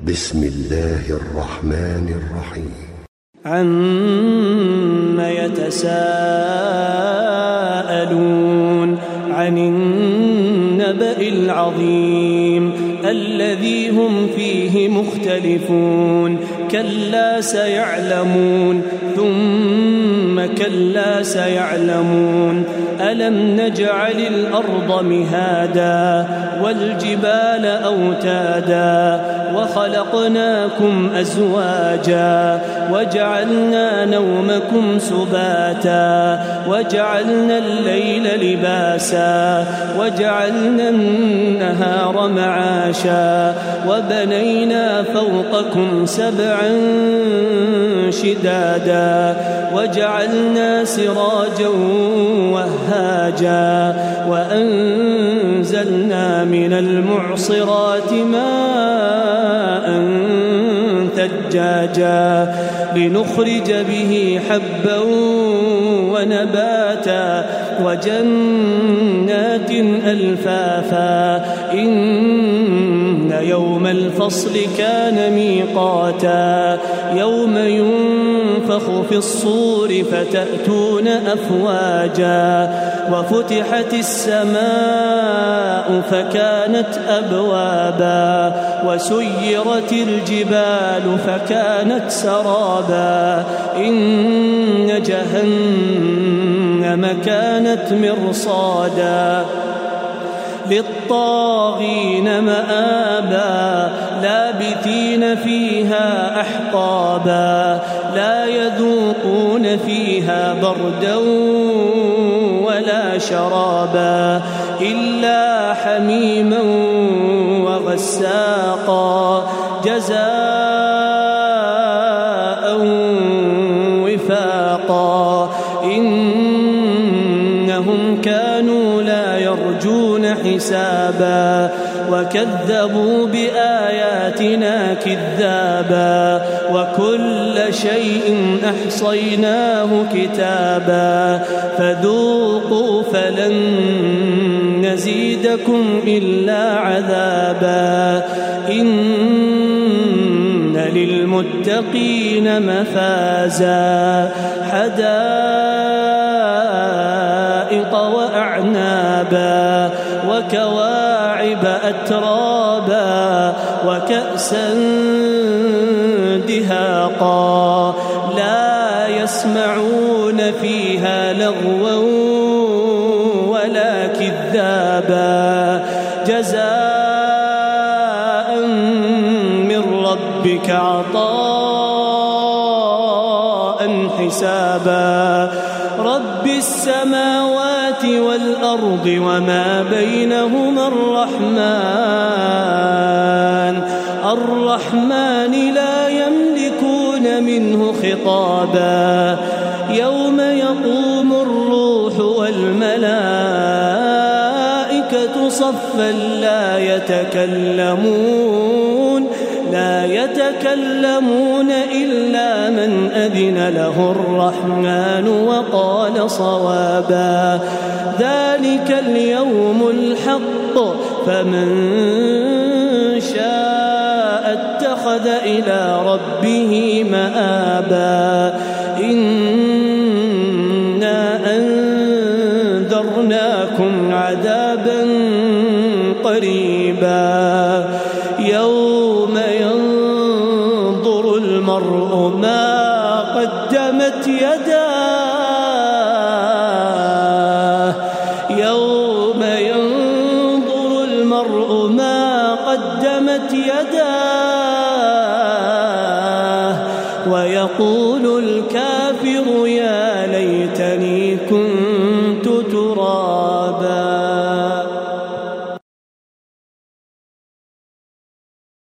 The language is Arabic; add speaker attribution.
Speaker 1: بسم الله الرحمن الرحيم.
Speaker 2: عم يتساءلون عن النبأ العظيم الذي هم فيه مختلفون كلا سيعلمون ثم كلا سيعلمون ألم نجعل الأرض مهادا والجبال أوتادا وخلقناكم أزواجا وجعلنا نومكم سباتا وجعلنا الليل لباسا وجعلنا النهار معاشا وبنينا فوقكم سبعا شدادا وجعلنا سراجا وهاجا وأنزلنا من المعصرات ماء ثجاجا لنخرج به حبا ونباتا وجنات ألفافا إن يوم الفصل كان ميقاتا يوم ينفخ في الصور فتأتون أفواجا وفتحت السماء فكانت أبوابا وسيرت الجبال فكانت سرابا إن جهنم كانت مرصادا للطاغين مآبا لابثين فيها أحقابا لا يذوقون فيها بردا ولا شرابا إلا حميما وغساقا جزاء وفاقا إنهم كانوا لا يرجون حسابا وكذبوا بآياتنا كذابا وكل شيء أحصيناه كتابا فذوقوا فلن نزيدكم إلا عذابا إن للمتقين مفازا حدائق وأعنابا وكواعب أترابا وكأسا دهاقا لا يسمعون فيها لغوا ولا كذابا جزاء من ربك عطاء حسابا رب السماوات والأرض وما بينهما الرحمن لا يملكون منه خطابا يوم يقوم الروح والملائكة صفا لا يتكلمون إلا من أذن له الرحمن وقال صوابا ذلك اليوم الحق فمن شاء اتخذ إلى ربه مآبا إنا أنذرناكم عذابا قريبا يوم ينظر المرء ما قدمت يداه يوم ينظر المرء ما قدمت يداه ويقول الكافر